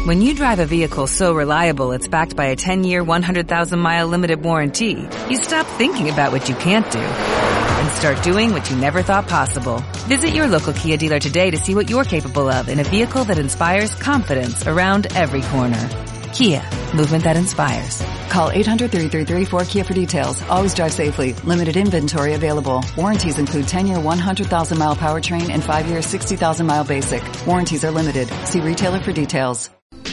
When you drive a vehicle so reliable it's backed by a 10-year, 100,000-mile limited warranty, you stop thinking about what you can't do and start doing what you never thought possible. Visit your local Kia dealer today to see what you're capable of in a vehicle that inspires confidence around every corner. Kia, movement that inspires. Call 800-333-4KIA for details. Always drive safely. Limited inventory available. Warranties include 10-year 100,000-mile powertrain and 5-year 60,000-mile basic. Warranties are limited. See retailer for details.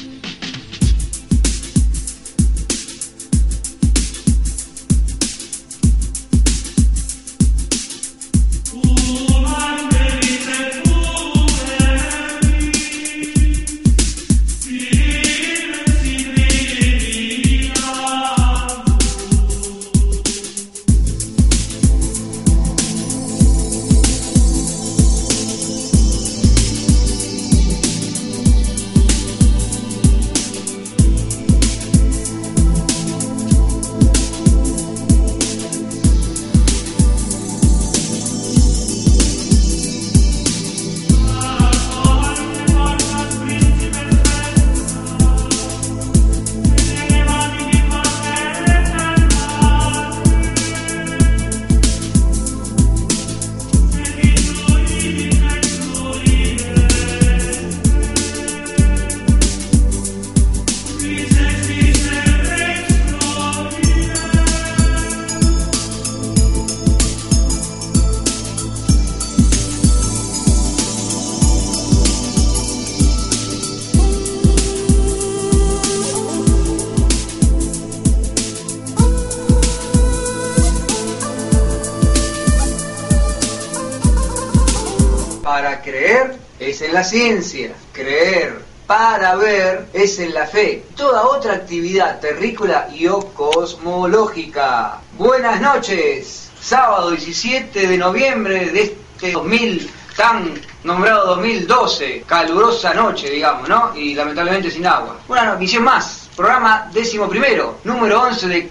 Para creer es en la ciencia, creer para ver es en la fe. Toda otra actividad terrícola y o cosmológica. Buenas noches, sábado 17 de noviembre de este 2000, tan nombrado 2012, calurosa noche, digamos, ¿no? Y lamentablemente sin agua. Una misión más. Programa 11º, número 11 de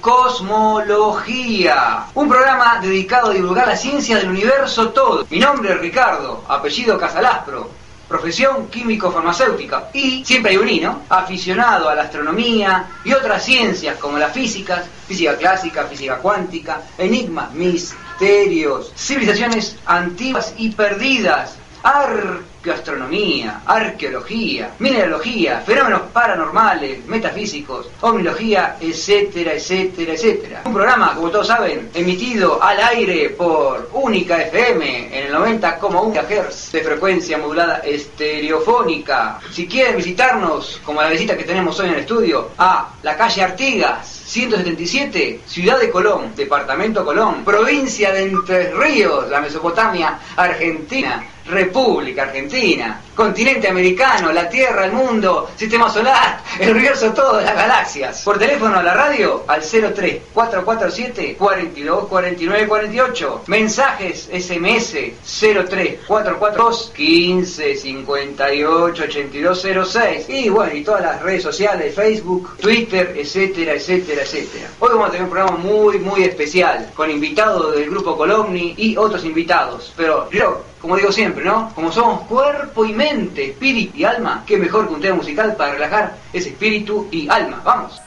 Cosmología. Un programa dedicado a divulgar la ciencia del universo todo. Mi nombre es Ricardo, apellido Casalaspro, profesión químico-farmacéutica. Y siempre hay un I, ¿no? Aficionado a la astronomía y otras ciencias como la física clásica, física cuántica, enigmas, misterios, civilizaciones antiguas y perdidas, arqueoastronomía, arqueología, mineralogía, fenómenos paranormales, metafísicos, omnilogía, etcétera, etcétera, etcétera. Un programa, como todos saben, emitido al aire por Única FM en el 90,1 GHz de frecuencia modulada estereofónica. Si quieren visitarnos, como la visita que tenemos hoy en el estudio, a la calle Artigas 177, Ciudad de Colón, Departamento Colón, provincia de Entre Ríos, la Mesopotamia Argentina, República Argentina, continente americano, la Tierra, el mundo, sistema solar, el universo, todo, las galaxias. Por teléfono a la radio al 03 447 42 49 48. Mensajes SMS 03 442 15 58 8206. Y bueno, y todas las redes sociales, Facebook, Twitter, etcétera, etcétera, etcétera. Hoy vamos a tener un programa muy especial, con invitados del grupo Colomni y otros invitados. Pero yo, como digo siempre, ¿no? Como somos cuerpo y mente, espíritu y alma, qué mejor que un tema musical para relajar ese espíritu y alma. ¡Vamos!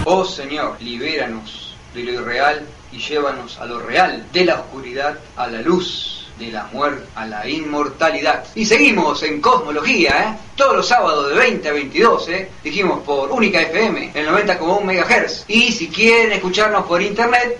Oh Señor, libéranos de lo irreal y llévanos a lo real, de la oscuridad a la luz, de la muerte a la inmortalidad. Y seguimos en Cosmología, todos los sábados de 20 a 22, dijimos por Única FM, el 90,1 MHz. Y si quieren escucharnos por internet,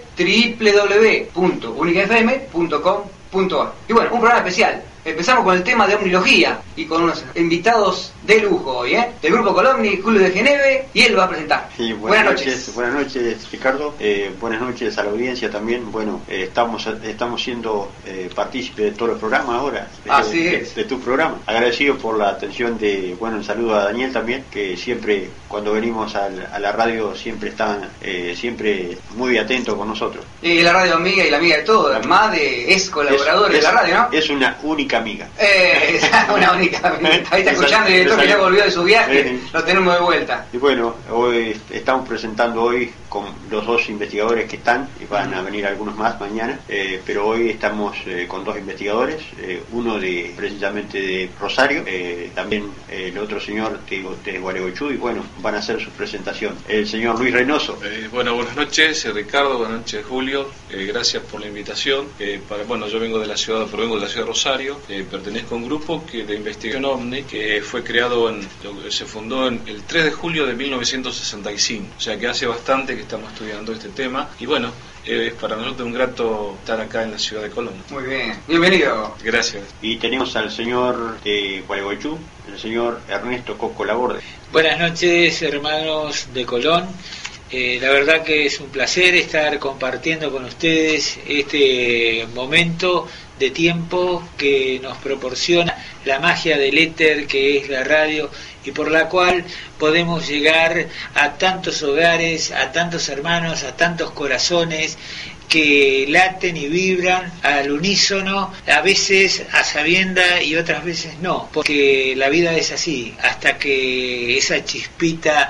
www.unicafm.com.ar. Y bueno, un programa especial. Empezamos con el tema de omnilogía y con unos invitados de lujo hoy, del Grupo Colomni, Julio de Geneve, y él va a presentar. Sí, buenas noches. Buenas noches, Ricardo. Buenas noches a la audiencia también. Bueno, estamos siendo partícipes de todos los programas ahora. Así es. De tu programa. Agradecido por la atención de, un saludo a Daniel también, que siempre, cuando venimos a la radio, siempre están siempre muy atento con nosotros. Y la radio amiga y la amiga de todo, además es colaborador de la radio, ¿no? Es una única amiga. Una única amiga. Ahí está escuchando y esto que ya volvió de su viaje, lo tenemos de vuelta. Y bueno, hoy estamos presentando hoy con los dos investigadores que están, y van a venir algunos más mañana, pero hoy estamos con dos investigadores, uno precisamente de Rosario, también el otro señor de Gualeguaychú, y bueno, van a hacer su presentación. El señor Luis Reynoso. Buenas noches, Ricardo, buenas noches, Julio, gracias por la invitación. Yo vengo de la ciudad de Rosario, pertenezco a un grupo de investigación OVNI que fue creado, se fundó el 3 de julio de 1965, o sea que hace bastante que estamos estudiando este tema, y bueno, es para nosotros un grato estar acá en la ciudad de Colón. Muy bien, bienvenido. Gracias. Y tenemos al señor de Gualeguaychú, el señor Ernesto Coco Laborde. Buenas noches, hermanos de Colón. La verdad que es un placer estar compartiendo con ustedes este momento de tiempo que nos proporciona la magia del éter que es la radio, y por la cual podemos llegar a tantos hogares, a tantos hermanos, a tantos corazones que laten y vibran al unísono, a veces a sabienda y otras veces no, porque la vida es así, hasta que esa chispita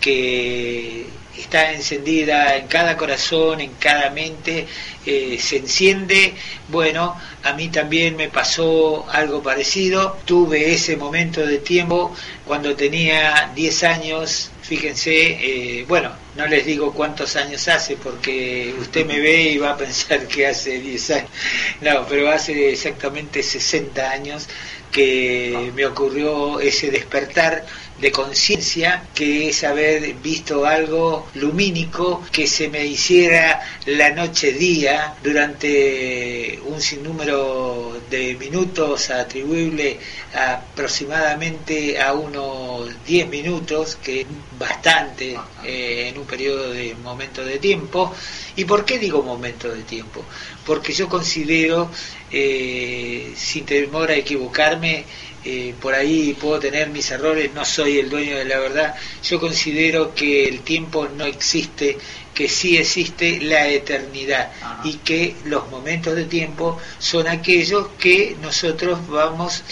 que está encendida en cada corazón, en cada mente, se enciende. Bueno, a mí también me pasó algo parecido. Tuve ese momento de tiempo cuando tenía 10 años. Fíjense, no les digo cuántos años hace, porque usted me ve y va a pensar que hace 10 años. No, pero hace exactamente 60 años que me ocurrió ese despertar de conciencia, que es haber visto algo lumínico que se me hiciera la noche día durante un sinnúmero de minutos, atribuible aproximadamente a unos 10 minutos, que es bastante en un periodo de momento de tiempo. ¿Y por qué digo momento de tiempo? Porque yo considero, sin temor a equivocarme, por ahí puedo tener mis errores, no soy el dueño de la verdad, yo considero que el tiempo no existe, que sí existe la eternidad. Ajá. Y que los momentos de tiempo son aquellos que nosotros vamos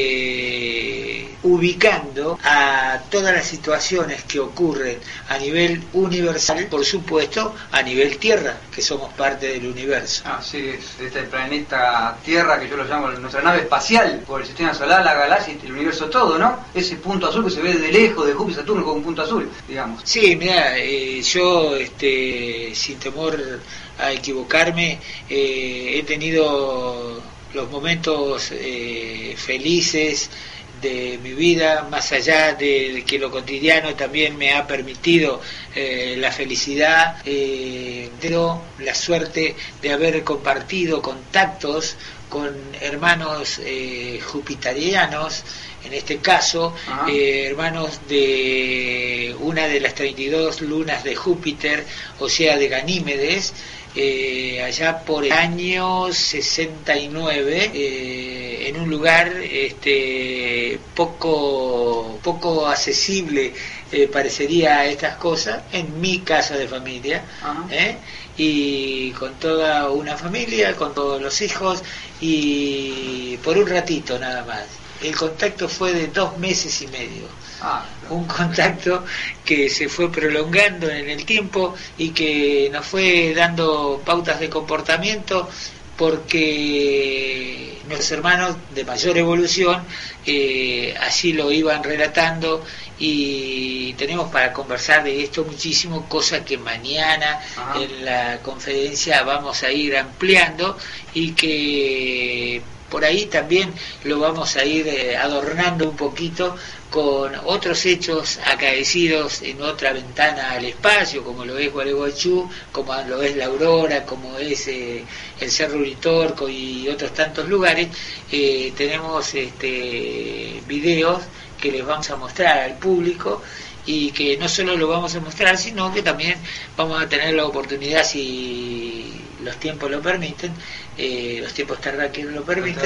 ubicando a todas las situaciones que ocurren a nivel universal, por supuesto a nivel Tierra, que somos parte del universo. Así es, este planeta Tierra, que yo lo llamo nuestra nave espacial, por el sistema solar, la galaxia, el universo todo, ¿no? Ese punto azul que se ve de lejos de Júpiter, Saturno, como un punto azul, digamos. Sí, mira, yo sin temor a equivocarme, he tenido los momentos felices de mi vida, más allá de que lo cotidiano también me ha permitido la felicidad, pero la suerte de haber compartido contactos con hermanos jupiterianos, en este caso, hermanos de una de las 32 lunas de Júpiter, o sea, de Ganímedes, allá por el año 69, en un lugar poco accesible, parecería a estas cosas, en mi casa de familia, y con toda una familia, con todos los hijos, y por un ratito nada más. El contacto fue de 2 meses y medio. Un contacto que se fue prolongando en el tiempo y que nos fue dando pautas de comportamiento, porque nuestros hermanos de mayor evolución así lo iban relatando, y tenemos para conversar de esto muchísimo, cosa que mañana en la conferencia vamos a ir ampliando, y que por ahí también lo vamos a ir adornando un poquito con otros hechos acaecidos en otra ventana al espacio, como lo es Gualeguaychú, como lo es La Aurora, como es el Cerro Uritorco y otros tantos lugares. Tenemos videos que les vamos a mostrar al público, y que no solo lo vamos a mostrar, sino que también vamos a tener la oportunidad, si los tiempos lo permiten, los tiempos terráqueos lo permiten,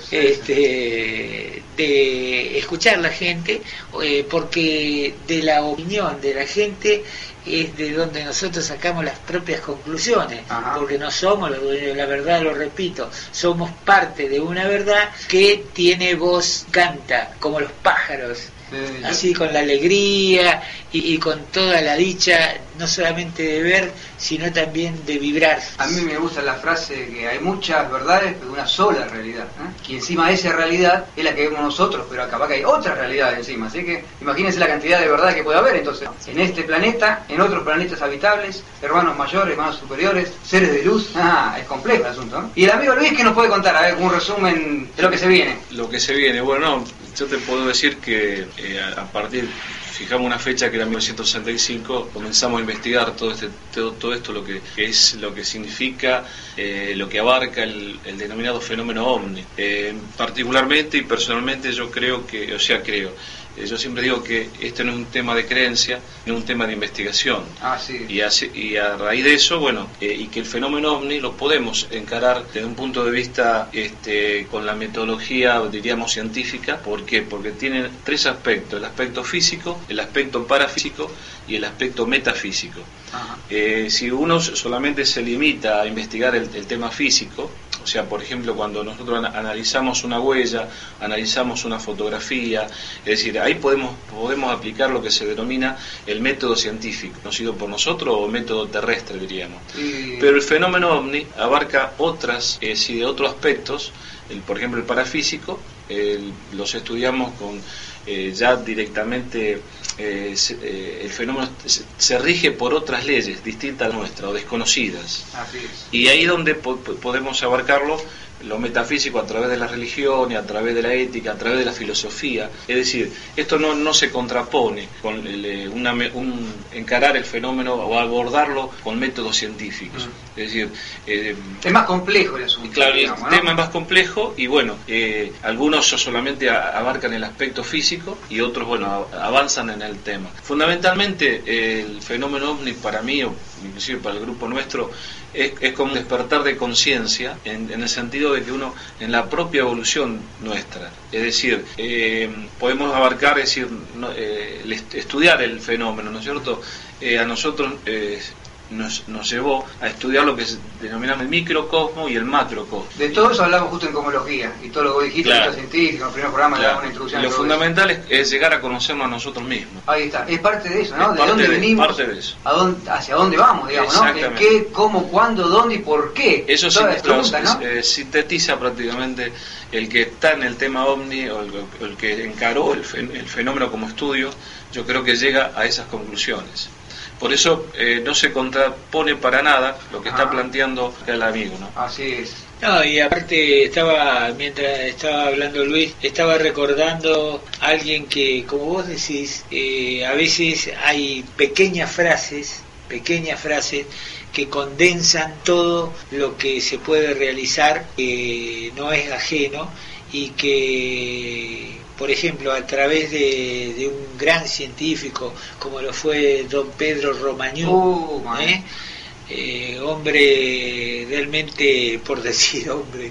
de escuchar la gente, porque de la opinión de la gente es de donde nosotros sacamos las propias conclusiones, porque no somos los dueños de la verdad, lo repito, somos parte de una verdad que tiene voz, canta, como los pájaros, así con la alegría y con toda la dicha, no solamente de ver, sino también de vibrar. A mí me gusta la frase que hay muchas verdades, pero una sola realidad, que encima esa realidad es la que vemos nosotros, pero capaz que hay otra realidad encima, así que imagínense la cantidad de verdad que puede haber entonces en este planeta, en otros planetas habitables, hermanos mayores, hermanos superiores, seres de luz. Es complejo el asunto, ¿no? Y el amigo Luis, ¿qué nos puede contar? A ver, un resumen de lo que se viene. Lo que se viene, bueno, yo te puedo decir que a partir, fijamos una fecha que era 1965, comenzamos a investigar todo esto, lo que es, lo que significa, lo que abarca el denominado fenómeno OVNI. Particularmente y personalmente yo yo siempre digo que este no es un tema de creencia, no es un tema de investigación. Sí. Y a raíz de eso, y que el fenómeno OVNI lo podemos encarar desde un punto de vista con la metodología, diríamos, científica. ¿Por qué? Porque tiene tres aspectos: el aspecto físico, el aspecto parafísico y el aspecto metafísico. Si uno solamente se limita a investigar el tema físico, o sea, por ejemplo, cuando nosotros analizamos una huella, analizamos una fotografía, es decir, ahí podemos aplicar lo que se denomina el método científico, conocido por nosotros, o método terrestre, diríamos. Pero el fenómeno OVNI abarca otros aspectos. Por ejemplo, el parafísico, los estudiamos con ya directamente. El fenómeno se rige por otras leyes distintas a la nuestra o desconocidas. Así es. Y ahí donde podemos abarcarlo, lo metafísico, a través de la religión y a través de la ética, a través de la filosofía. Es decir, esto no se contrapone con encarar el fenómeno o abordarlo con métodos científicos. Es decir, es más complejo el asunto. Claro, digamos, el tema es más complejo, y algunos solamente abarcan el aspecto físico y otros avanzan en el tema. Fundamentalmente el fenómeno OVNI, para mí, o inclusive para el grupo nuestro, es como un despertar de conciencia en el sentido de que uno, en la propia evolución nuestra, es decir, podemos abarcar, es decir, estudiar el fenómeno, ¿no es cierto? A nosotros nos llevó a estudiar lo que se denomina el microcosmo y el macrocosmo. De todo eso hablamos justo en cosmología, y todo lo que vos dijiste, claro, en científico, en el primer programa le damos una introducción. Lo fundamental es llegar a conocernos a nosotros mismos. Ahí está, es parte de eso, ¿no? De dónde venimos, parte de eso. Hacia dónde vamos, digamos, ¿no? El qué, cómo, cuándo, dónde y por qué. Eso sintetiza prácticamente el que está en el tema OVNI, o el que encaró el fenómeno como estudio. Yo creo que llega a esas conclusiones. Por eso no se contrapone para nada lo que está planteando el amigo, ¿no? Así es. No, y aparte mientras estaba hablando Luis, estaba recordando a alguien que, como vos decís, a veces hay pequeñas frases que condensan todo lo que se puede realizar, que no es ajeno, y que, por ejemplo, a través de un gran científico como lo fue don Pedro Romagnú, hombre realmente, por decir hombre,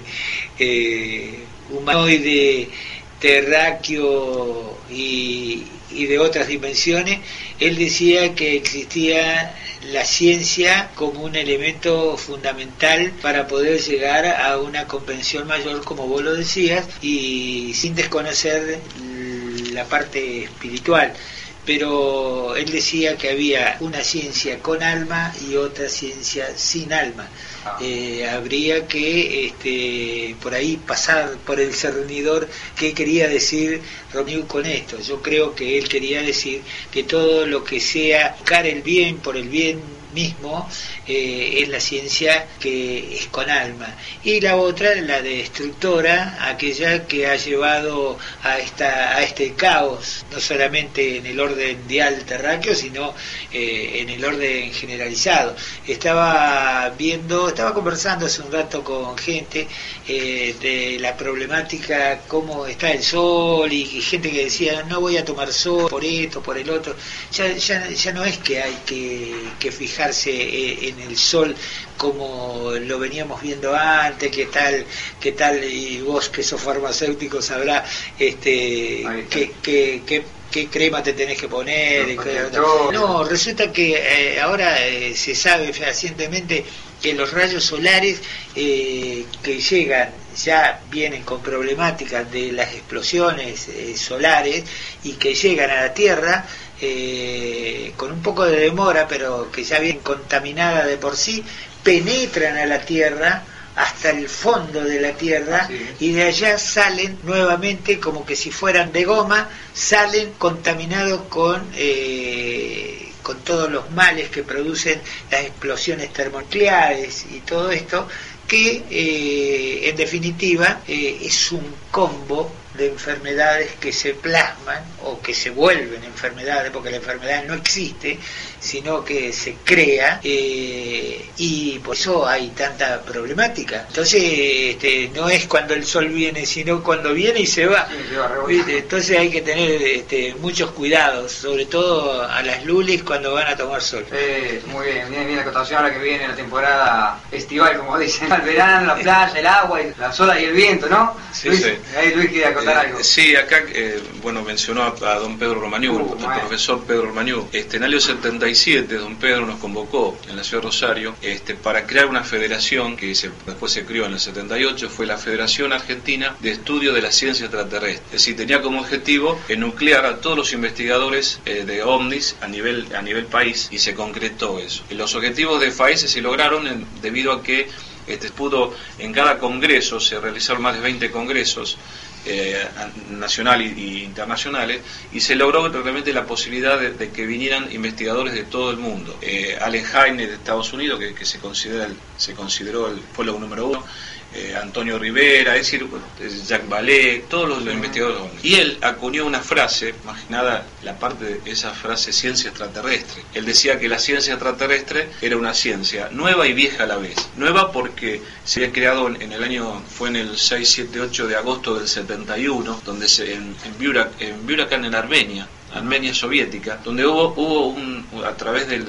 humanoide, terráqueo y de otras dimensiones, él decía que existía la ciencia como un elemento fundamental para poder llegar a una comprensión mayor, como vos lo decías, y sin desconocer la parte espiritual. pero él decía que había una ciencia con alma y otra ciencia sin alma. Habría que por ahí pasar por el cernidor. ¿Qué quería decir Romeu con esto? Yo creo que él quería decir que todo lo que sea buscar el bien por el bien mismo es la ciencia que es con alma, y la otra, la destructora, aquella que ha llevado a este caos, no solamente en el orden dial terráqueo, sino en el orden generalizado. Estaba conversando hace un rato con gente de la problemática, cómo está el sol, y gente que decía no voy a tomar sol por esto, por el otro. Ya no es que hay que fijarse en el sol como lo veníamos viendo antes, qué tal, y vos que sos farmacéutico sabrá qué crema te tenés que poner. No, resulta que ahora se sabe fehacientemente que los rayos solares que llegan ya vienen con problemáticas de las explosiones solares, y que llegan a la Tierra con un poco de demora, pero que ya vienen contaminada de por sí, penetran a la Tierra hasta el fondo de la Tierra, y de allá salen nuevamente como que si fueran de goma, salen contaminados con todos los males que producen las explosiones termonucleares y todo esto, que en definitiva es un combo de enfermedades que se plasman o que se vuelven enfermedades, porque la enfermedad no existe, sino que se crea, y por eso hay tanta problemática. Entonces no es cuando el sol viene, sino cuando viene y se va. Entonces hay que tener muchos cuidados, sobre todo a las lulis cuando van a tomar sol. Muy bien, viene la acotación ahora que viene la temporada estival, como dicen, el verano, la playa, el agua, la sola y el viento, ¿no? Sí, Luis, sí. Ahí Luis quiere acotar algo. Sí, acá mencionó a don Pedro Romaniú, el profesor Pedro Romaniú. En el año 77 don Pedro nos convocó en la ciudad de Rosario para crear una federación que después se creó en el 78, fue la Federación Argentina de Estudio de la Ciencia Extraterrestre. Es decir, tenía como objetivo nuclear a todos los investigadores de ovnis a nivel país, y se concretó eso. Y los objetivos de FAESE se lograron debido a que pudo, en cada congreso, se realizaron más de 20 congresos nacionales e internacionales, y se logró realmente la posibilidad de que vinieran investigadores de todo el mundo. Allen Hynek de Estados Unidos, que se consideró el pueblo número uno, Antonio Rivera, es decir, Jacques Vallée, todos los investigadores. Y él acuñó una frase, más que nada la parte de esa frase, ciencia extraterrestre. Él decía que la ciencia extraterrestre era una ciencia nueva y vieja a la vez. Nueva porque se había creado fue en el 6, 7, 8 de agosto del 71, donde en Buriacán, en Armenia soviética, donde hubo a través de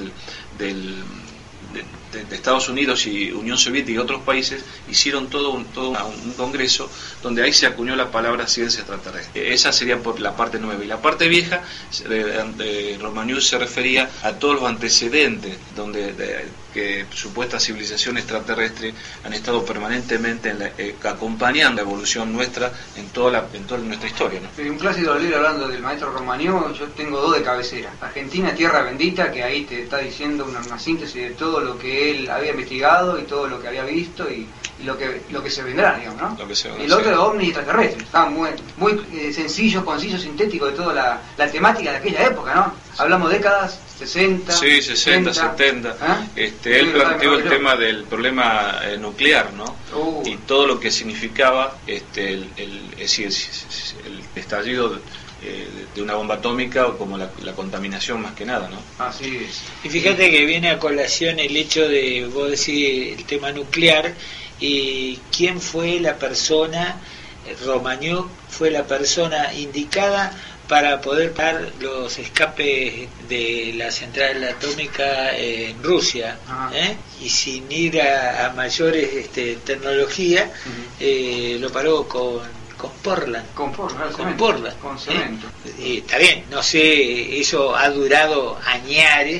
Estados Unidos y Unión Soviética y otros países, hicieron todo un congreso donde ahí se acuñó la palabra ciencia extraterrestre. Esa sería por la parte nueva. Y la parte vieja, Romaniú se refería a todos los antecedentes que supuestas civilizaciones extraterrestres han estado permanentemente acompañando la evolución nuestra en toda nuestra historia, ¿no? Un clásico del libro, hablando del maestro Romaniú, yo tengo dos de cabecera. Argentina, Tierra Bendita, que ahí te está diciendo una síntesis de todo lo que él había investigado y todo lo que había visto y lo que se vendrá, digamos, ¿no? Y el otro de ovnis extraterrestres. Está muy sencillo, conciso, sintético de toda la temática de aquella época, ¿no? Hablamos décadas 60, sí, 60, 70. Él planteó el tema del problema nuclear, ¿no? Y todo lo que significaba el estallido de una bomba atómica, o como la contaminación más que nada, ¿no? Así es. Y fíjate que viene a colación el hecho de, vos decís, el tema nuclear, y quién fue la persona, Romaniú fue la persona indicada para poder parar los escapes de la central atómica en Rusia, y sin ir a mayores tecnología, lo paró con Portland. Con Portland. Con cemento. Está bien, no sé, eso ha durado añares,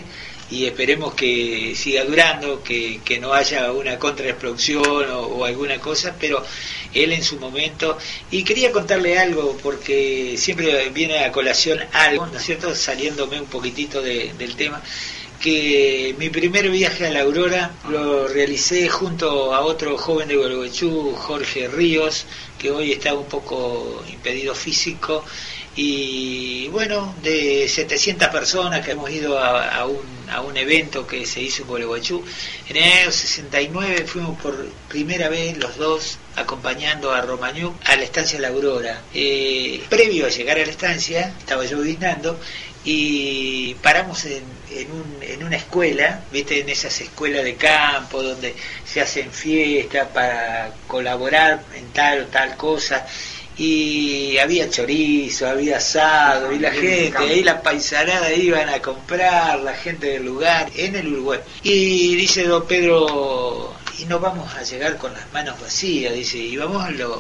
y esperemos que siga durando, que no haya una contraexplosión o alguna cosa, pero él en su momento. Y quería contarle algo, porque siempre viene a colación algo, ¿no es cierto?, saliéndome un poquitito del tema, que mi primer viaje a la Aurora lo realicé junto a otro joven de Gualeguaychú, Jorge Ríos, que hoy está un poco impedido físico, y bueno, de 700 personas que hemos ido a un evento que se hizo en Gualeguaychú. En el año 69 fuimos por primera vez los dos acompañando a Romagnuc a la estancia La Aurora. Previo a llegar a la estancia, estaba yo visitando y paramos en una escuela, viste, en esas escuelas de campo donde se hacen fiestas para colaborar en tal o tal cosa. Y había chorizo, había asado, y la gente, ahí la paisanada iban a comprar, la gente del lugar, en el Uruguay. Y dice don Pedro, y no vamos a llegar con las manos vacías, dice, y vamos a lo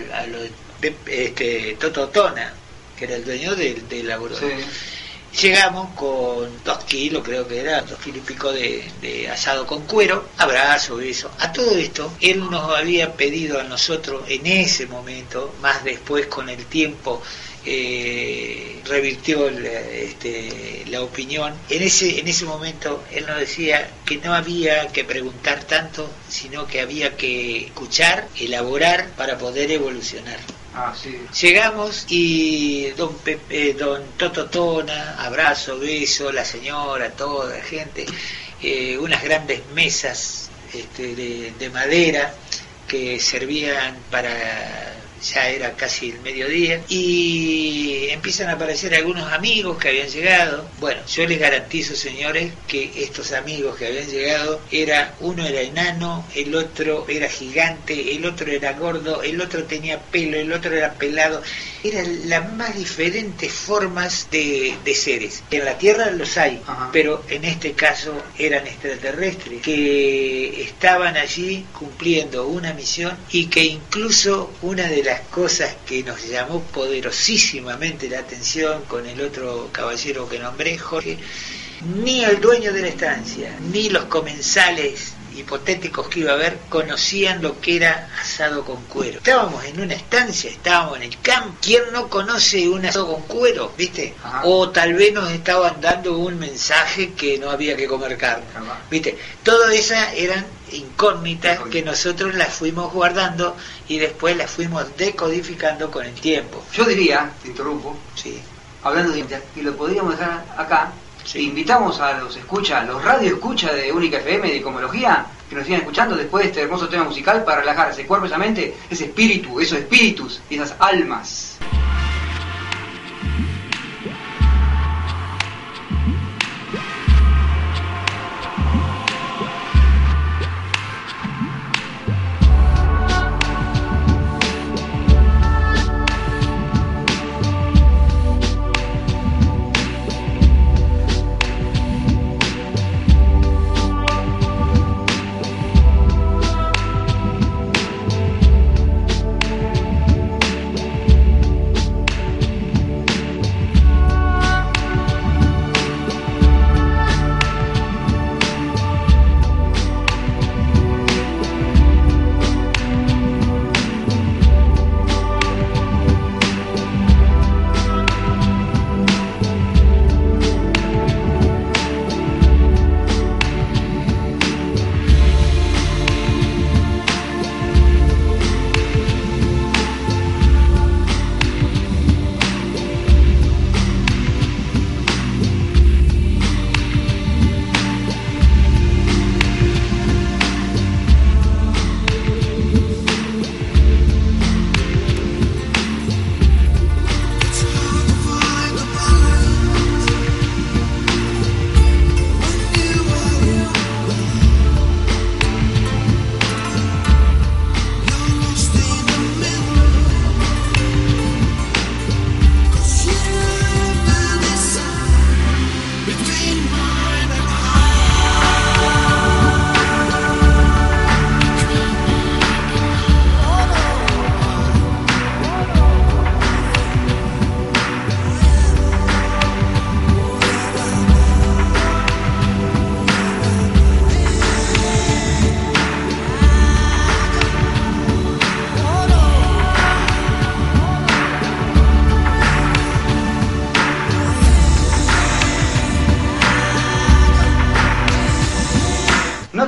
Toto Tona, que era el dueño de la Aurora. Sí. Llegamos con 2 kilos, creo que era, 2 kilos y pico de asado con cuero, abrazo, beso. A todo esto, él nos había pedido a nosotros en ese momento, más después con el tiempo, revirtió la opinión. En ese momento él nos decía que no había que preguntar tanto, sino que había que escuchar, elaborar para poder evolucionar. Sí. Llegamos y don Toto Tona, abrazo, beso, la señora, toda la gente, unas grandes mesas de madera que servían para, ya era casi el mediodía, y empiezan a aparecer algunos amigos que habían llegado. Bueno, yo les garantizo, señores, que estos amigos que habían llegado, uno era enano, el otro era gigante, el otro era gordo, el otro tenía pelo, el otro era pelado. Eran las más diferentes formas de seres. En la Tierra los hay, pero en este caso eran extraterrestres que estaban allí cumpliendo una misión, y que incluso una de las cosas que nos llamó poderosísimamente la atención con el otro caballero que nombré, Jorge, ni el dueño de la estancia, ni los comensales hipotéticos que iba a haber conocían lo que era asado con cuero. Estábamos en una estancia, estábamos en el campo. ¿Quién no conoce un asado con cuero? ¿Viste? O tal vez nos estaban dando un mensaje que no había que comer carne. ¿Viste? Todas esas eran incógnitas que nosotros las fuimos guardando y después las fuimos decodificando con el tiempo. Yo diría, te interrumpo, sí, hablando de y lo podríamos dejar acá. Sí. Invitamos a los radio escucha de Única FM de Ecomología que nos sigan escuchando después de este hermoso tema musical para relajar ese cuerpo, esa mente, ese espíritu, esos espíritus y esas almas.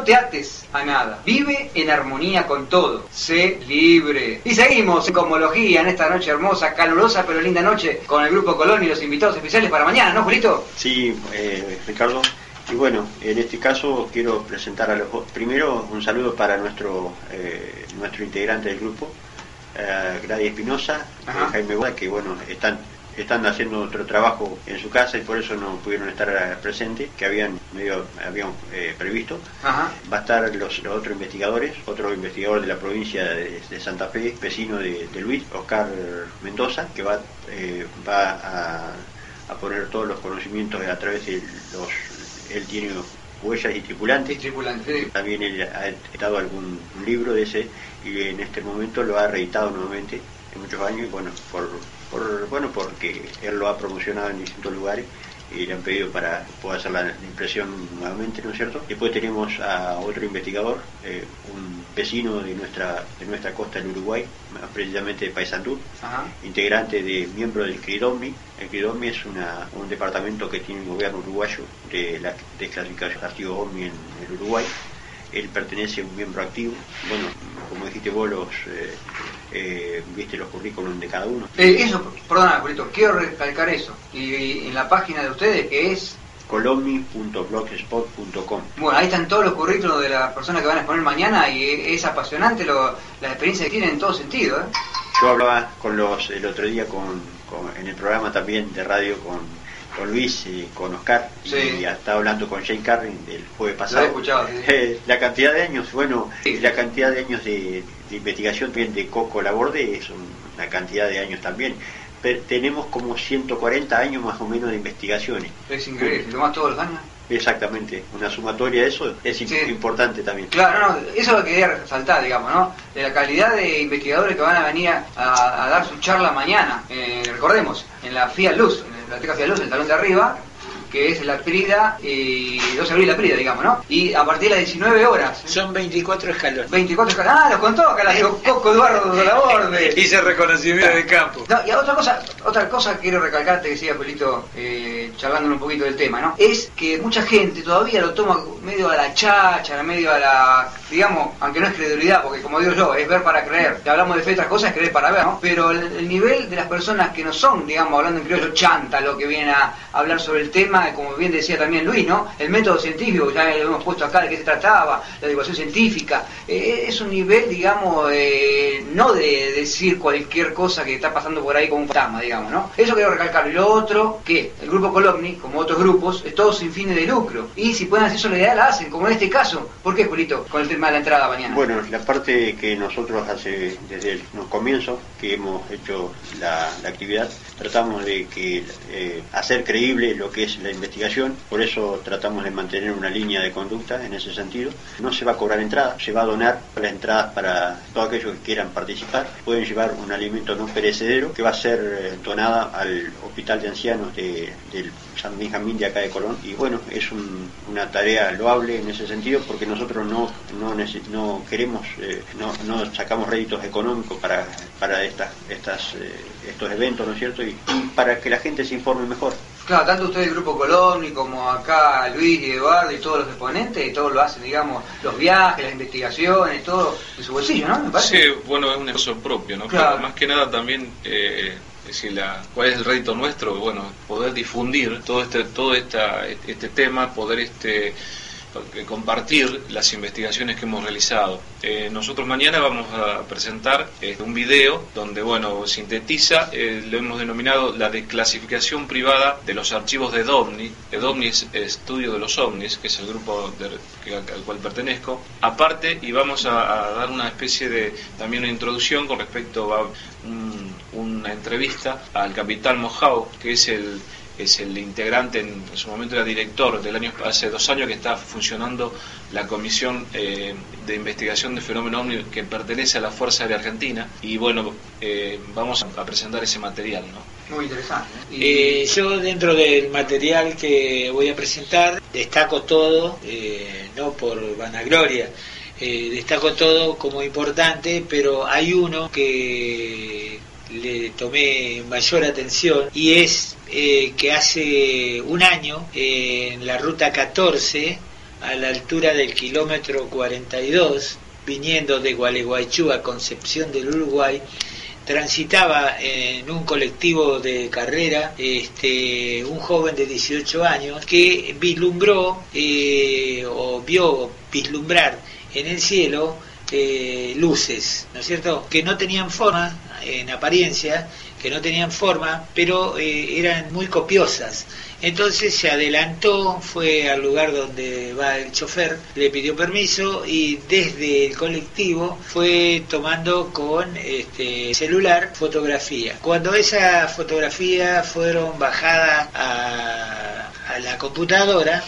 te ates a nada. Vive en armonía con todo. Sé libre. Y seguimos en Cosmología en esta noche hermosa, calurosa pero linda noche con el Grupo Colón y los invitados especiales para mañana, ¿no, Julito? Sí, Ricardo. Y bueno, en este caso quiero presentar a los... Primero, un saludo para nuestro integrante del grupo, Gladys Espinosa, Jaime Boda, que bueno, están haciendo otro trabajo en su casa y por eso no pudieron estar presentes, que habían previsto. Ajá. Va a estar los otros investigadores, otro investigador de la provincia de Santa Fe, vecino de Luis, Oscar Mendoza, que va a poner todos los conocimientos a través de él tiene huellas y tripulantes. También él ha editado algún libro de ese y en este momento lo ha reeditado nuevamente en muchos años y bueno, porque él lo ha promocionado en distintos lugares y le han pedido para poder hacer la impresión nuevamente, ¿no es cierto? Después tenemos a otro investigador, un vecino de nuestra costa del Uruguay, precisamente de Paysandú, integrante miembro del CRIDOMNI. El CRIDOMNI es un departamento que tiene el gobierno uruguayo de la desclasificación de archivos OVNI en el Uruguay. Él pertenece a un miembro activo. Bueno, como dijiste vos, viste los currículums de cada uno. Perdona, Julito, quiero recalcar eso. Y en la página de ustedes, que es colomni.blogspot.com. Bueno, ahí están todos los currículos de las personas que van a exponer mañana y es apasionante la experiencia que tienen en todo sentido, ¿eh? Yo hablaba el otro día en el programa también de radio con Luis y con Oscar, sí. Y estaba hablando con Jane Carrin el jueves pasado. Lo he escuchado, sí. La cantidad de años, sí. La cantidad de años de investigación también de Coco Laborde es una cantidad de años también. Pero tenemos como 140 años más o menos de investigaciones. Es increíble, si tomás todos los años. Exactamente, una sumatoria de eso es importante también. Claro, no, eso es lo que quería resaltar, digamos, ¿no? De la calidad de investigadores que van a venir a dar su charla mañana. Recordemos, en la Fiat Luz, en la Biblioteca Fiat Luz, el talón de arriba, que es la Prida y 12 de abril la Prida, digamos, ¿no? Y a partir de las 19 horas. Son 24 escalones. 24 escalones. Ah, los contó acá, la digo, Coco Eduardo Laborde. Hice reconocimiento de campo. No, y otra cosa que quiero recalcarte, que decía Julito, charlando un poquito del tema, ¿no? Es que mucha gente todavía lo toma medio a la cháchara, medio a la, digamos, aunque no es credulidad, porque como digo yo, es ver para creer. Si hablamos de fe, otras cosas es creer para ver, ¿no? Pero el nivel de las personas que no son, digamos, hablando en criollo, chanta, lo que vienen a hablar sobre el tema, como bien decía también Luis, ¿no? El método científico, ya lo hemos puesto acá, de qué se trataba, la divulgación científica, es un nivel, digamos, no de decir cualquier cosa que está pasando por ahí como un fantasma, digamos, ¿no? Eso quiero recalcarlo. Y lo otro, que el grupo Colomni, como otros grupos, es todo sin fines de lucro. Y si pueden hacer solidaridad, la hacen, como en este caso. ¿Por qué, Julito, con el tema de la entrada mañana? Bueno, la parte que nosotros desde los comienzos que hemos hecho la actividad, tratamos de hacer creíble lo que es la investigación, por eso tratamos de mantener una línea de conducta en ese sentido. No se va a cobrar entrada, se va a donar las entradas para todos aquellos que quieran participar. Pueden llevar un alimento no perecedero que va a ser donada al Hospital de Ancianos del San Benjamín de acá de Colón. Y bueno, es una tarea loable en ese sentido, porque nosotros no queremos, no sacamos réditos económicos para estos eventos, ¿no es cierto? Y para que la gente se informe mejor. Claro, tanto ustedes del Grupo Colomni como acá Luis y Eduardo y todos los exponentes, y todos lo hacen, digamos, los viajes, las investigaciones, todo en su bolsillo, ¿no? ¿Me parece? Sí, bueno, es un esfuerzo propio, ¿no? Claro. Pero más que nada también, ¿cuál es el rédito nuestro? Bueno, poder difundir todo este tema, poder compartir las investigaciones que hemos realizado. Nosotros mañana vamos a presentar un video donde, bueno, sintetiza, lo hemos denominado la desclasificación privada de los archivos de DOVNI. DOVNI es Estudio de los OVNIs, que es el grupo al cual pertenezco. Aparte, y vamos a dar una especie de, también una introducción con respecto a una entrevista al capitán Mojao, que es el integrante, en su momento era director hace 2 años que está funcionando la comisión de investigación de fenómeno OVNI que pertenece a la Fuerza Aérea Argentina, y bueno, vamos a presentar ese material, ¿no? Muy interesante. Yo dentro del material que voy a presentar destaco todo, no por vanagloria, destaco todo como importante, pero hay uno que le tomé mayor atención, y es que hace un año en la ruta 14 a la altura del kilómetro 42, viniendo de Gualeguaychú a Concepción del Uruguay, transitaba en un colectivo de carrera un joven de 18 años que vislumbró o vio vislumbrar en el cielo luces, ¿no es cierto?, que no tenían forma en apariencia, que no tenían forma, pero eran muy copiosas. Entonces se adelantó, fue al lugar donde va el chofer, le pidió permiso y desde el colectivo fue tomando con celular fotografía. Cuando esa fotografía fueron bajadas a la computadora,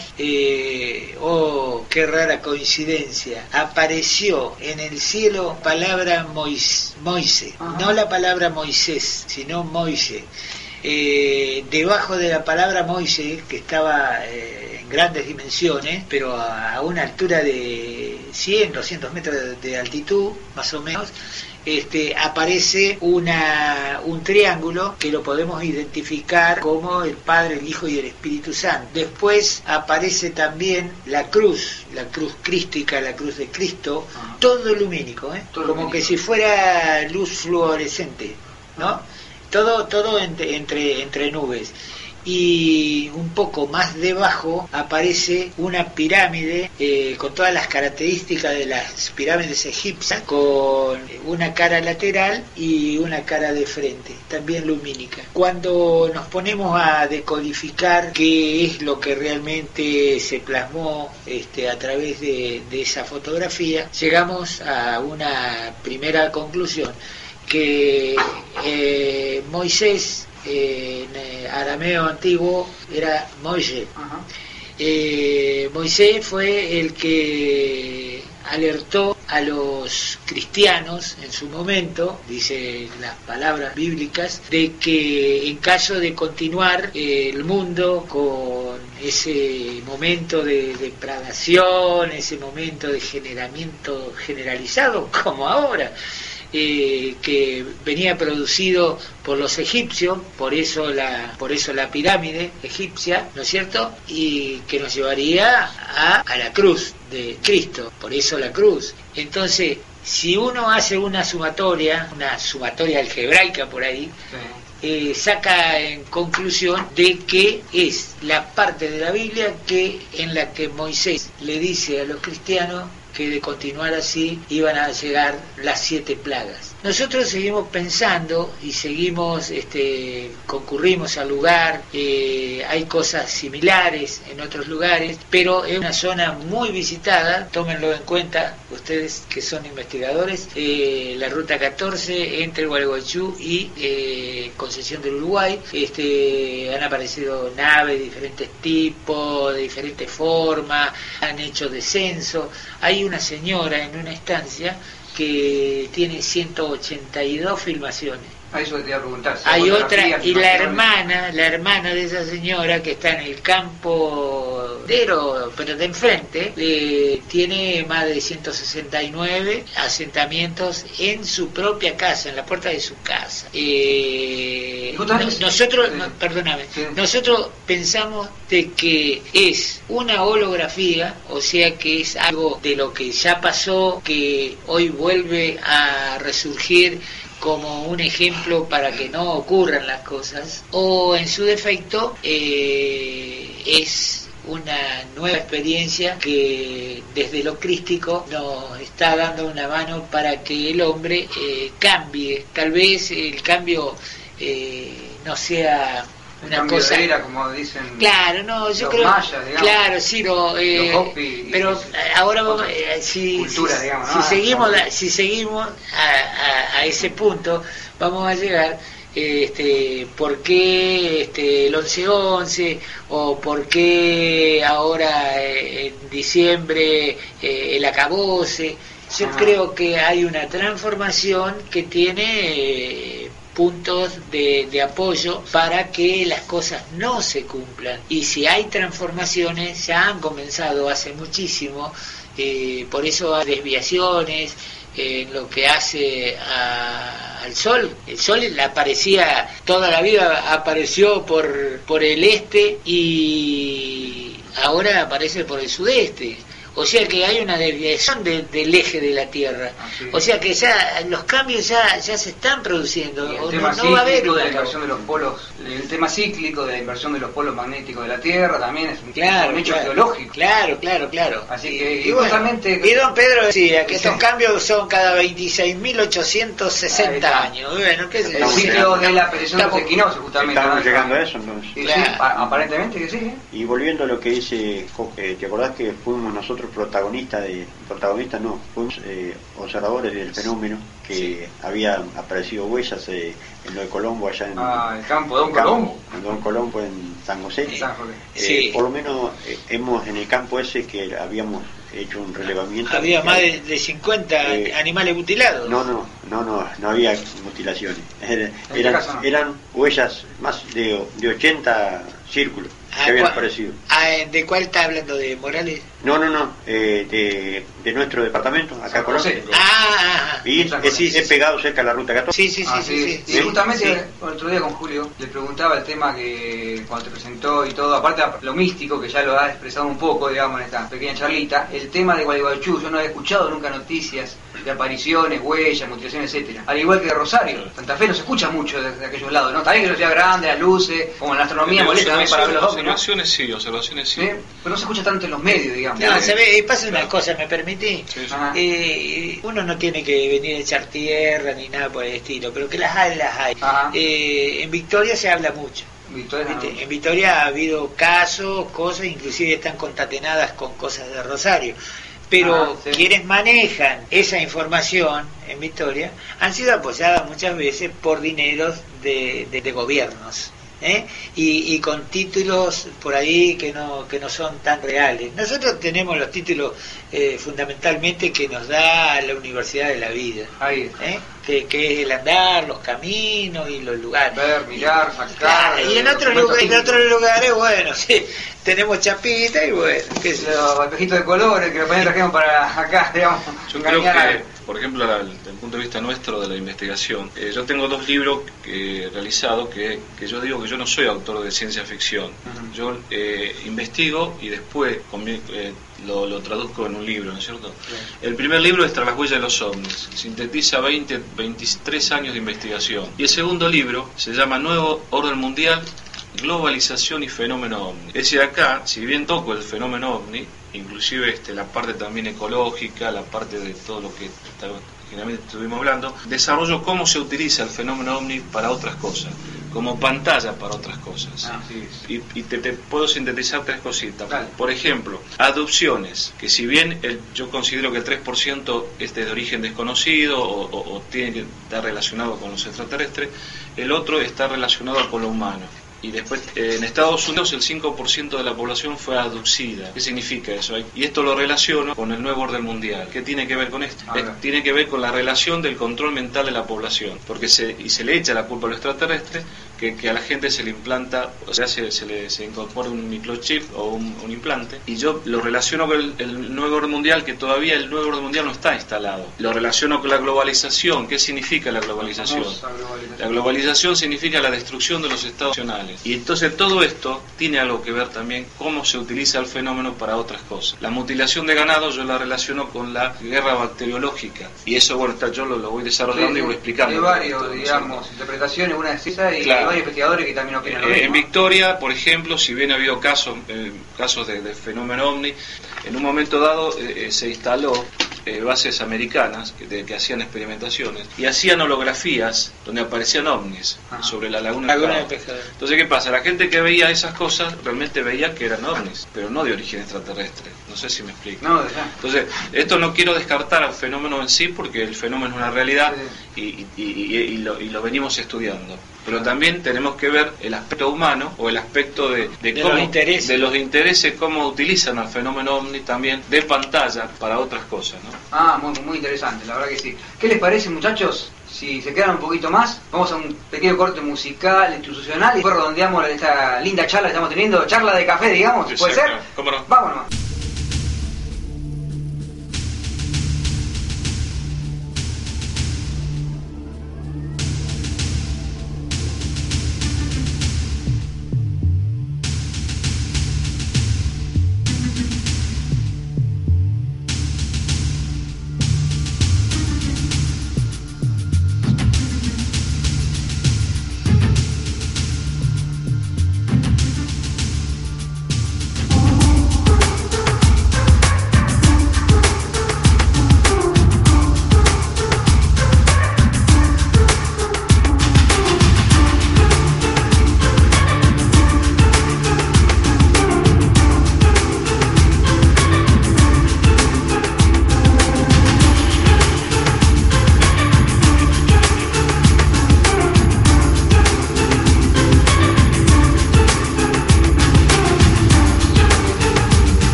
qué rara coincidencia, apareció en el cielo palabra Moise, no la palabra Moisés, sino Moise. Debajo de la palabra Moise, que estaba en grandes dimensiones, pero a una altura de 100, 200 metros de altitud, más o menos, aparece un triángulo que lo podemos identificar como el Padre, el Hijo y el Espíritu Santo. Después aparece también la cruz crística, la cruz de Cristo, todo lumínico, todo como lumínico, que si fuera luz fluorescente, ¿no? Todo entre nubes. Y un poco más debajo aparece una pirámide con todas las características de las pirámides egipcias, con una cara lateral y una cara de frente, también lumínica. Cuando nos ponemos a decodificar qué es lo que realmente se plasmó a través de esa fotografía, llegamos a una primera conclusión, que Moisés en arameo antiguo era Moishe. Moisés fue el que alertó a los cristianos en su momento, dice las palabras bíblicas, de que en caso de continuar el mundo con ese momento de depravación, ese momento de generamiento generalizado como ahora, que venía producido por los egipcios, por eso la pirámide egipcia, ¿no es cierto?, y que nos llevaría a la cruz de Cristo, por eso la cruz. Entonces, si uno hace una sumatoria algebraica por ahí, saca en conclusión de que es la parte de la Biblia en la que Moisés le dice a los cristianos que de continuar así iban a llegar las 7 plagas. Nosotros seguimos pensando y seguimos, concurrimos al lugar, hay cosas similares en otros lugares, pero es una zona muy visitada, tómenlo en cuenta ustedes que son investigadores, la ruta 14 entre Gualeguaychú y Concepción del Uruguay, han aparecido naves de diferentes tipos, de diferentes formas, han hecho descenso. Hay una señora en una estancia que tiene 182 filmaciones. A eso te iba a preguntar. Hay otra, y la hermana de esa señora que está en el campo pero de enfrente, tiene más de 169 asentamientos en su propia casa, en la puerta de su casa. Nosotros pensamos de que es una holografía, o sea que es algo de lo que ya pasó, que hoy vuelve a resurgir como un ejemplo para que no ocurran las cosas, o en su defecto es una nueva experiencia que desde lo crístico nos está dando una mano para que el hombre cambie. Tal vez el cambio no sea una cosa de era, como dicen, claro, no, yo creo, mayas, digamos, claro, sí, pero ahora vamos, si seguimos a ese punto, vamos a llegar, por qué el 11-11, o por qué ahora en diciembre el acabose. Yo creo que hay una transformación que tiene puntos de apoyo para que las cosas no se cumplan, y si hay transformaciones ya han comenzado hace muchísimo, por eso hay desviaciones en lo que hace al sol. El sol toda la vida apareció por el este, y ahora aparece por el sudeste. O sea que hay una desviación del eje de la Tierra. O sea que ya los cambios ya se están produciendo. Y el O tema no va a haber cíclico de la una... inversión de los polos, el tema cíclico de la inversión de los polos magnéticos de la Tierra también es un hecho geológico. Claro. Así que, y justamente... Y don Pedro decía que estos cambios son cada 26.860 años. Bueno, ¿qué es El ciclo de la aparición de los equinoccios, justamente. Estamos llegando a eso, entonces. Sí, aparentemente que sí. Y volviendo a lo que dice Jorge, ¿te acordás que fuimos nosotros fuimos observadores del fenómeno, que había aparecido huellas en lo de Colombo, allá en el campo de Don Colombo? En Don Colombo, en San José. Sí. Por lo menos hemos en el campo ese que habíamos hecho un relevamiento. Había más de 50 animales mutilados. No había mutilaciones. Eran huellas más de 80 círculos que habían aparecido. ¿De cuál está hablando? ¿De Morales? No, de nuestro departamento, acá en Colombia. Y es pegado cerca de la ruta 14. Sí. Y justamente el otro día con Julio le preguntaba el tema que cuando te presentó y todo, aparte de lo místico que ya lo ha expresado un poco, digamos, en esta pequeña charlita, el tema de Gualeguaychú. Yo no había escuchado nunca noticias de apariciones, huellas, mutilaciones, etcétera. Al igual que de Rosario, Santa Fe no se escucha mucho desde aquellos lados, ¿no? También que sea grande, las luces, como en la astronomía molesta también para ver los ovnis, ¿no? Observaciones sí. Pero no se escucha tanto en los medios, digamos. No, se ve, pasa una cosa, ¿me permitís? Sí. Uno no tiene que venir a echar tierra ni nada por el estilo, pero que las hay. En Victoria se habla mucho. En Victoria ha habido casos, cosas, inclusive están concatenadas con cosas de Rosario. Pero quienes manejan esa información en Victoria han sido apoyadas muchas veces por dineros de gobiernos. Y con títulos por ahí que no son tan reales. Nosotros tenemos los títulos fundamentalmente que nos da la Universidad de la Vida, que es el andar, los caminos y los lugares. Ver, mirar, sacar. Y en otros lugares, bueno, sí, tenemos chapita y bueno, qué sé yo. Los espejitos de colores que lo trajeron para acá, digamos. Yo creo que, por ejemplo, desde el punto de vista nuestro de la investigación, yo tengo 2 libros que he realizado que yo digo que yo no soy autor de ciencia ficción. Yo investigo y después lo traduzco en un libro, ¿no es cierto? El primer libro es Tras las huellas de los ovnis, sintetiza 23 años de investigación. Y el segundo libro se llama Nuevo Orden Mundial, Globalización y Fenómeno OVNI. Es decir, acá, si bien toco el fenómeno OVNI, inclusive la parte también ecológica, la parte de todo lo que generalmente estuvimos hablando, desarrollo cómo se utiliza el fenómeno OVNI para otras cosas, como pantalla para otras cosas. Y te puedo sintetizar 3 cositas. Por ejemplo, adopciones, que si bien yo considero que el 3% es de origen desconocido o tiene que estar relacionado con los extraterrestres, el otro está relacionado con lo humano. Y después, en Estados Unidos el 5% de la población fue aducida. ¿Qué significa eso? Y esto lo relaciono con el nuevo orden mundial. ¿Qué tiene que ver con esto? Tiene que ver con la relación del control mental de la población. Porque se le echa la culpa a los extraterrestres, que a la gente se le implanta, o sea, se incorpora un microchip o un implante. Y yo lo relaciono con el nuevo orden mundial, que todavía el nuevo orden mundial no está instalado. Lo relaciono con la globalización. ¿Qué significa la globalización? La globalización significa la destrucción de los estados nacionales. Y entonces todo esto tiene algo que ver también cómo se utiliza el fenómeno para otras cosas. La mutilación de ganado yo la relaciono con la guerra bacteriológica. Y eso, bueno, yo lo voy desarrollando y voy explicando. Hay varios, digamos, interpretaciones, una es esa y hay varios investigadores que también opinan lo mismo. En Victoria, por ejemplo, si bien ha habido casos de fenómeno OVNI, en un momento dado se instaló bases americanas que hacían experimentaciones y hacían holografías donde aparecían ovnis sobre la laguna de Pescador. Entonces, ¿qué pasa? La gente que veía esas cosas realmente veía que eran ovnis, pero no de origen extraterrestre. No sé si me explico. Entonces, esto no quiero descartar al fenómeno en sí, porque el fenómeno es una realidad y lo venimos estudiando. Pero también tenemos que ver el aspecto humano o el aspecto de los intereses, cómo utilizan al fenómeno OVNI también de pantalla para otras cosas, ¿no? Muy interesante, la verdad que sí. ¿Qué les parece, muchachos? Si se quedan un poquito más, vamos a un pequeño corte musical, institucional, y después redondeamos esta linda charla que estamos teniendo, charla de café, digamos, ¿puede ser? ¿Cómo no? Vámonos.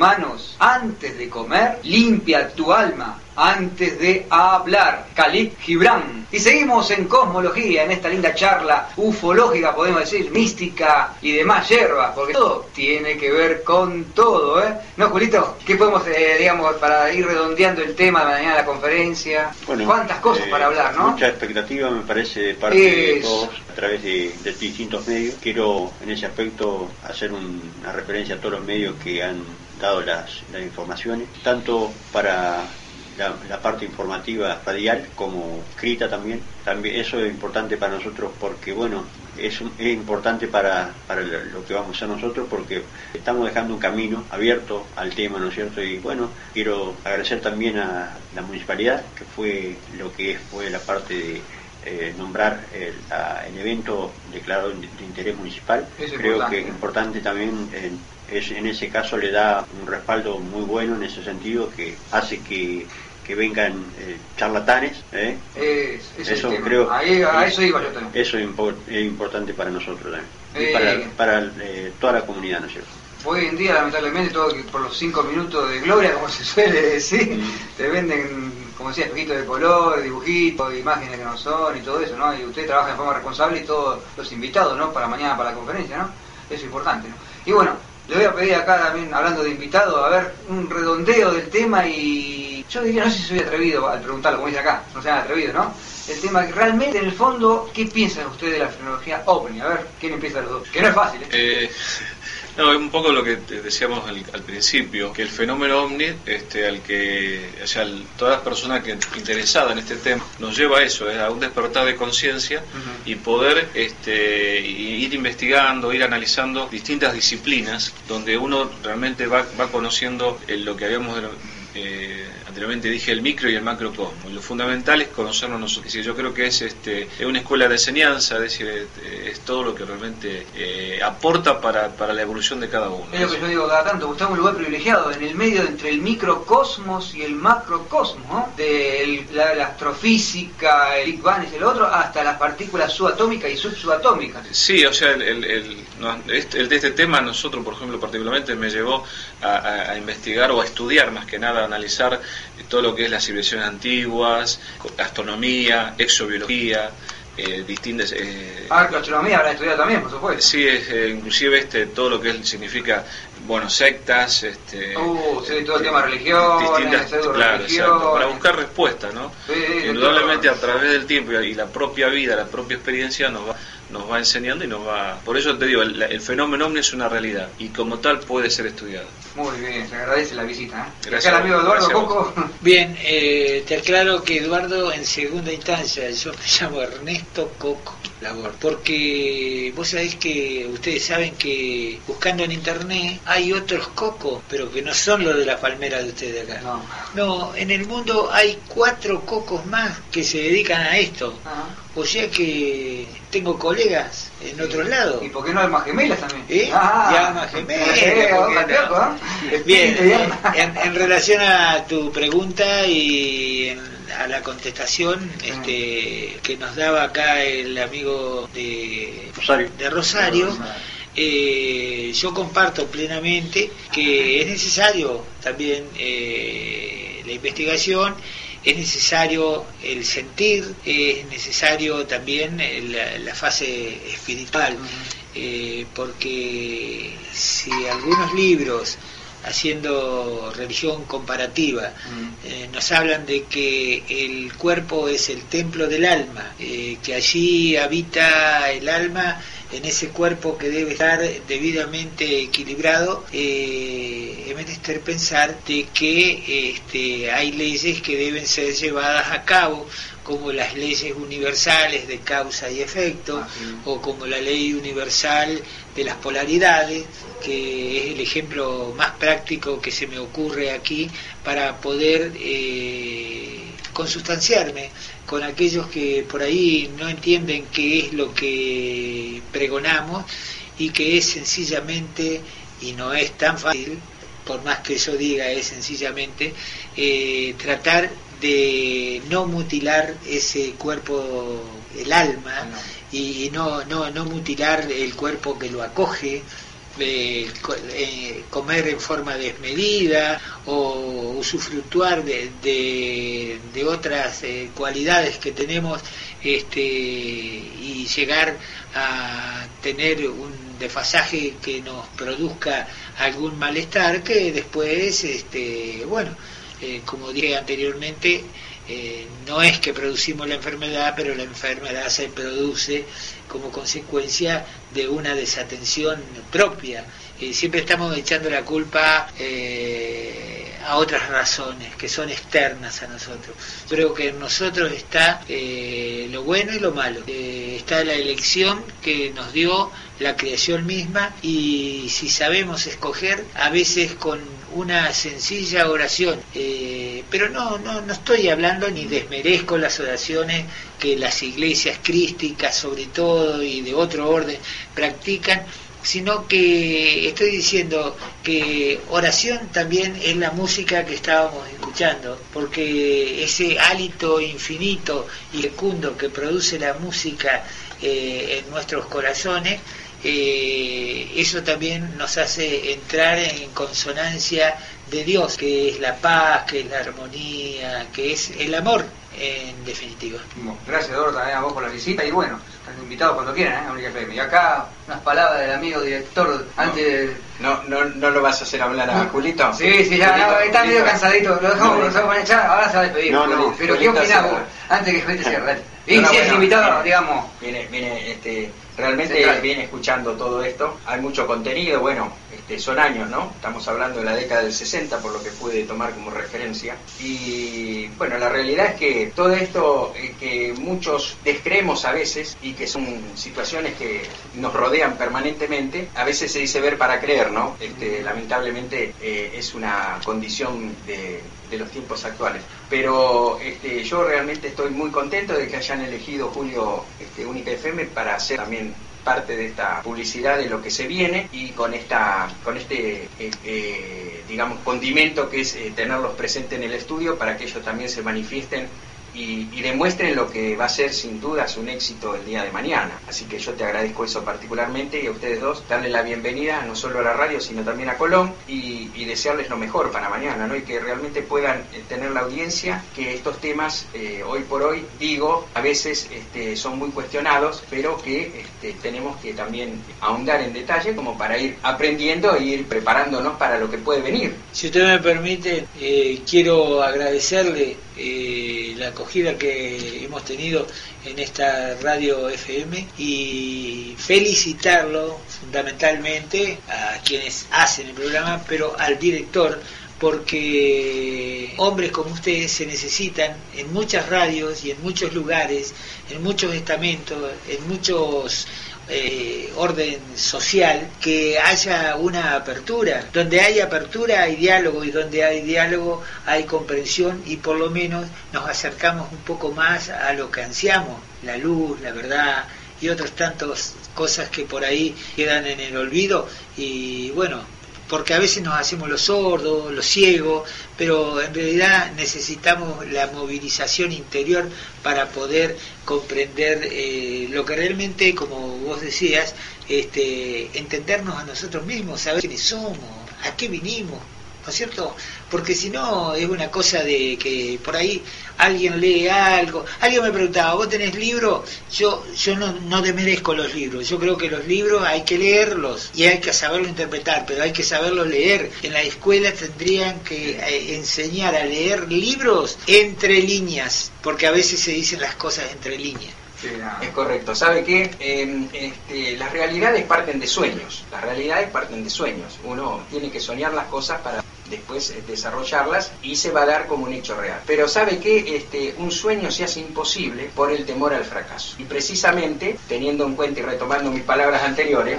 manos antes de comer, limpia tu alma antes de hablar. Khalil Gibran. Y seguimos en cosmología, en esta linda charla ufológica, podemos decir, mística y demás hierbas, porque todo tiene que ver con todo, ¿eh? ¿No, Julito? ¿Qué podemos, digamos, para ir redondeando el tema de mañana de la conferencia? Bueno, cuántas cosas para hablar, ¿no? Mucha expectativa, me parece, de parte de todos, a través de distintos medios. Quiero, en ese aspecto, hacer una referencia a todos los medios que han dado las informaciones, tanto para la parte informativa radial como escrita también. Eso es importante para nosotros porque, bueno, es importante para lo que vamos a hacer nosotros, porque estamos dejando un camino abierto al tema, ¿no es cierto? Y bueno, quiero agradecer también a la municipalidad, que fue la parte de nombrar el evento declarado de interés municipal. Creo que es importante también. En ese caso le da un respaldo muy bueno en ese sentido, que hace que vengan charlatanes. Eso creo. A eso iba yo también. Eso es importante para nosotros también. Y para toda la comunidad, ¿no es cierto? Hoy en día, lamentablemente, todo por los 5 minutos de gloria, como se suele decir, te venden, como decía, espejitos de color, dibujitos, imágenes que no son y todo eso, ¿no? Y usted trabaja de forma responsable y todos los invitados, ¿no? Para mañana, para la conferencia, ¿no? Eso es importante, ¿no? Y bueno, le voy a pedir acá también, hablando de invitados, a ver, un redondeo del tema. Y yo diría, no sé si soy atrevido al preguntarlo, como dice acá, no sean atrevidos, ¿no? El tema, realmente, en el fondo, ¿qué piensan ustedes de la fenomenología ovni? A ver, ¿quién empieza los dos? Que no es fácil, ¿eh? No, es un poco lo que decíamos al principio, que el fenómeno ovni, todas las personas interesadas en este tema, nos lleva a eso, a un despertar de conciencia y poder ir investigando, ir analizando distintas disciplinas, donde uno realmente va conociendo lo que habíamos anteriormente dije, el micro y el macrocosmo. Lo fundamental es conocernos nosotros. Es decir, yo creo que es una escuela de enseñanza, es decir, es todo lo que realmente aporta para la evolución de cada uno. Es lo que yo digo cada tanto, estamos en un lugar privilegiado, en el medio entre el microcosmos y el macrocosmos, ¿no? De la astrofísica, el Big Bang y el otro, hasta las partículas subatómicas y subsubatómicas. Sí, o sea, de este tema nosotros, por ejemplo, particularmente me llevó a investigar o a estudiar, más que nada, a analizar todo lo que es las civilizaciones antiguas, astronomía, exobiología, distintas... astronomía habrá estudiado también, por supuesto. Sí, inclusive todo lo que significa, sectas... sí, todo el tema de religión, claro, exacto, para buscar respuestas, ¿no? Sí, indudablemente a través del tiempo y la propia vida, la propia experiencia nos va enseñando y nos va... Por eso te digo, el fenómeno ovni es una realidad y como tal puede ser estudiado. Muy bien, se agradece la visita, ¿eh? Gracias. Acá el amigo Eduardo Coco. Bien, te aclaro que Eduardo en segunda instancia, yo me llamo Ernesto Coco Labor, porque vos sabés que ustedes saben que buscando en internet hay otros cocos, pero que no son los de la palmera de ustedes acá. No, en el mundo hay 4 cocos más que se dedican a esto. O sea que tengo colegas en otros lados. ¿Y por qué no almas gemelas también? Ya almas gemelas. Bien, en relación a tu pregunta y a la contestación que nos daba acá el amigo de Rosario, yo comparto plenamente que es necesario también la investigación, es necesario el sentir, es necesario también la fase espiritual, porque si algunos libros haciendo religión comparativa nos hablan de que el cuerpo es el templo del alma, que allí habita el alma en ese cuerpo que debe estar debidamente equilibrado, es menester pensar de que hay leyes que deben ser llevadas a cabo, como las leyes universales de causa y efecto, o como la ley universal de las polaridades, que es el ejemplo más práctico que se me ocurre aquí para poder consustanciarme con aquellos que por ahí no entienden qué es lo que pregonamos, y que es sencillamente, y no es tan fácil, por más que yo diga es sencillamente, tratar de no mutilar ese cuerpo, el alma, y no mutilar el cuerpo que lo acoge, comer en forma desmedida o usufructuar de otras cualidades que tenemos, y llegar a tener un desfasaje que nos produzca algún malestar que después, como dije anteriormente, no es que producimos la enfermedad, pero la enfermedad se produce como consecuencia de una desatención propia. Siempre estamos echando la culpa a otras razones que son externas a nosotros. Creo que en nosotros está lo bueno y lo malo. Está la elección que nos dio la creación misma, y si sabemos escoger, a veces con una sencilla oración, pero no estoy hablando ni desmerezco las oraciones que las iglesias crísticas sobre todo y de otro orden practican, sino que estoy diciendo que oración también es la música que estábamos escuchando, porque ese hálito infinito y fecundo que produce la música en nuestros corazones, eso también nos hace entrar en consonancia de Dios, que es la paz, que es la armonía, que es el amor, en definitiva. Gracias, Eduardo, también a vos por la visita, y bueno, están invitados cuando quieran, a Única FM. Y acá unas palabras del amigo director antes de... No lo vas a hacer hablar a Julito. Sí, ya está medio cansadito, lo dejamos ya, ahora se va a despedir. Pero ¿qué opinás vos? Antes que Julito cierre. Y si es invitado, digamos. Viene, realmente viene escuchando todo esto. Hay mucho contenido, son años, ¿no? Estamos hablando de la década del 60, por lo que pude tomar como referencia. Y bueno, la realidad es que todo esto que muchos descreemos a veces, y que son situaciones que nos rodean permanentemente, a veces se dice ver para creer, ¿no? Lamentablemente es una condición de los tiempos actuales. Pero yo realmente estoy muy contento de que hayan elegido Julio Única FM para hacer también parte de esta publicidad de lo que se viene, y con este digamos condimento que es tenerlos presentes en el estudio para que ellos también se manifiesten y demuestren lo que va a ser sin dudas un éxito el día de mañana. Así que yo te agradezco eso particularmente, y a ustedes dos darles la bienvenida no solo a la radio sino también a Colón, y desearles lo mejor para mañana, ¿no? Y que realmente puedan tener la audiencia, que estos temas hoy por hoy, a veces son muy cuestionados, pero que tenemos que también ahondar en detalle como para ir aprendiendo e ir preparándonos para lo que puede venir. Si usted me permite, quiero agradecerle la acogida que hemos tenido en esta radio FM, y felicitarlo fundamentalmente a quienes hacen el programa, pero al director, porque hombres como ustedes se necesitan en muchas radios y en muchos lugares, en muchos estamentos, en muchos orden social, que haya una apertura. Donde hay apertura hay diálogo, y donde hay diálogo hay comprensión, y por lo menos nos acercamos un poco más a lo que ansiamos, la luz, la verdad y otras tantas cosas que por ahí quedan en el olvido. Y bueno, porque a veces nos hacemos los sordos, los ciegos, pero en realidad necesitamos la movilización interior para poder comprender lo que realmente, como vos decías, entendernos a nosotros mismos, saber quiénes somos, a qué vinimos, ¿no es cierto? Porque si no es una cosa de que por ahí alguien lee algo. Alguien me preguntaba, ¿vos tenés libros? Yo no desmerezco los libros. Yo creo que los libros hay que leerlos y hay que saberlo interpretar, pero hay que saberlo leer. En la escuela tendrían que enseñar a leer libros entre líneas, porque a veces se dicen las cosas entre líneas. Sí, no. Es correcto. ¿Sabe qué? Las realidades parten de sueños. Las realidades parten de sueños. Uno tiene que soñar las cosas para después desarrollarlas, y se va a dar como un hecho real. Pero ¿sabe qué? Un sueño se hace imposible por el temor al fracaso. Y precisamente, teniendo en cuenta y retomando mis palabras anteriores,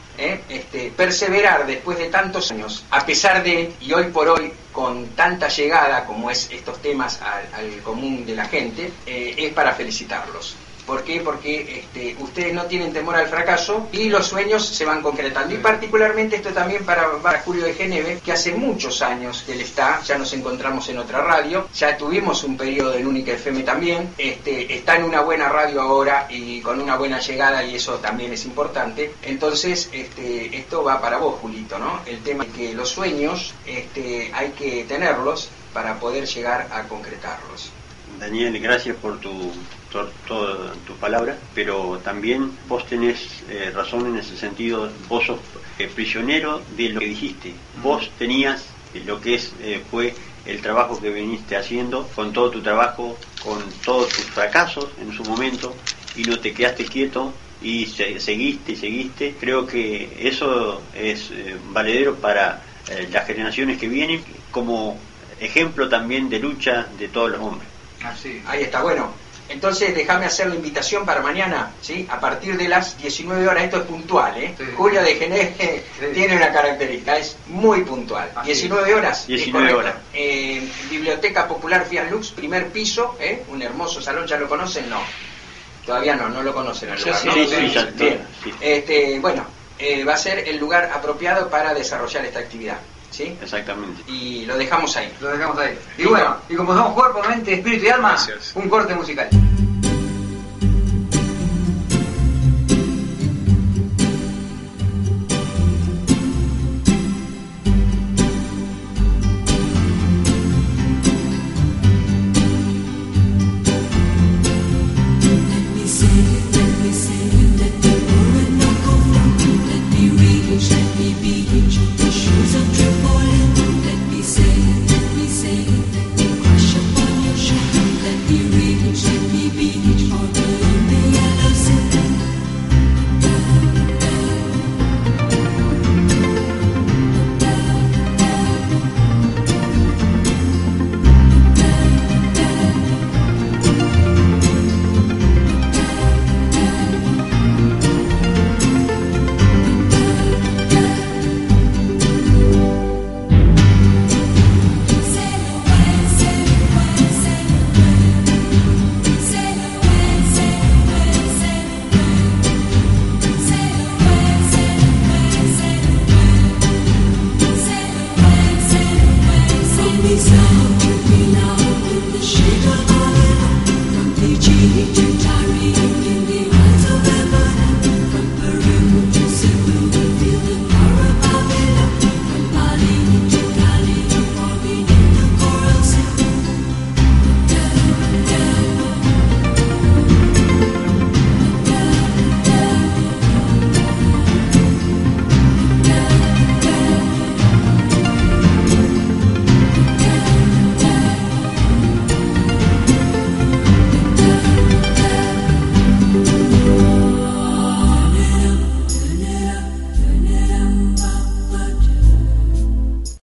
perseverar después de tantos años, a pesar de, y hoy por hoy, con tanta llegada como es estos temas al común de la gente, es para felicitarlos. ¿Por qué? Porque ustedes no tienen temor al fracaso y los sueños se van concretando. Y particularmente esto también para Julio de Geneve, que hace muchos años que él está, ya nos encontramos en otra radio, ya tuvimos un periodo en Única FM también, está en una buena radio ahora y con una buena llegada, y eso también es importante. Entonces, esto va para vos, Julito, ¿no? El tema es que los sueños hay que tenerlos para poder llegar a concretarlos. Daniel, gracias por toda tu palabra, pero también vos tenés razón en ese sentido. Vos sos prisionero de lo que dijiste. Vos tenías lo que fue el trabajo que viniste haciendo, con todo tu trabajo, con todos tus fracasos en su momento, y no te quedaste quieto y seguiste. Creo que eso es valedero para las generaciones que vienen, como ejemplo también de lucha de todos los hombres. Así. Ahí está, bueno. Entonces déjame hacer la invitación para mañana, ¿sí? A partir de las 19 horas, esto es puntual, ¿eh? Sí. Julio de Geneve tiene una característica, es muy puntual. Así. 19 horas. 19 horas. Biblioteca Popular Fiat Lux, primer piso, un hermoso salón, ¿ya lo conocen? No. Todavía no lo conocen al lugar, ¿no? Sí. Bueno, va a ser el lugar apropiado para desarrollar esta actividad. ¿Sí? Exactamente. Y lo dejamos ahí. Y bueno, y como somos cuerpo, mente, espíritu y alma, un corte musical.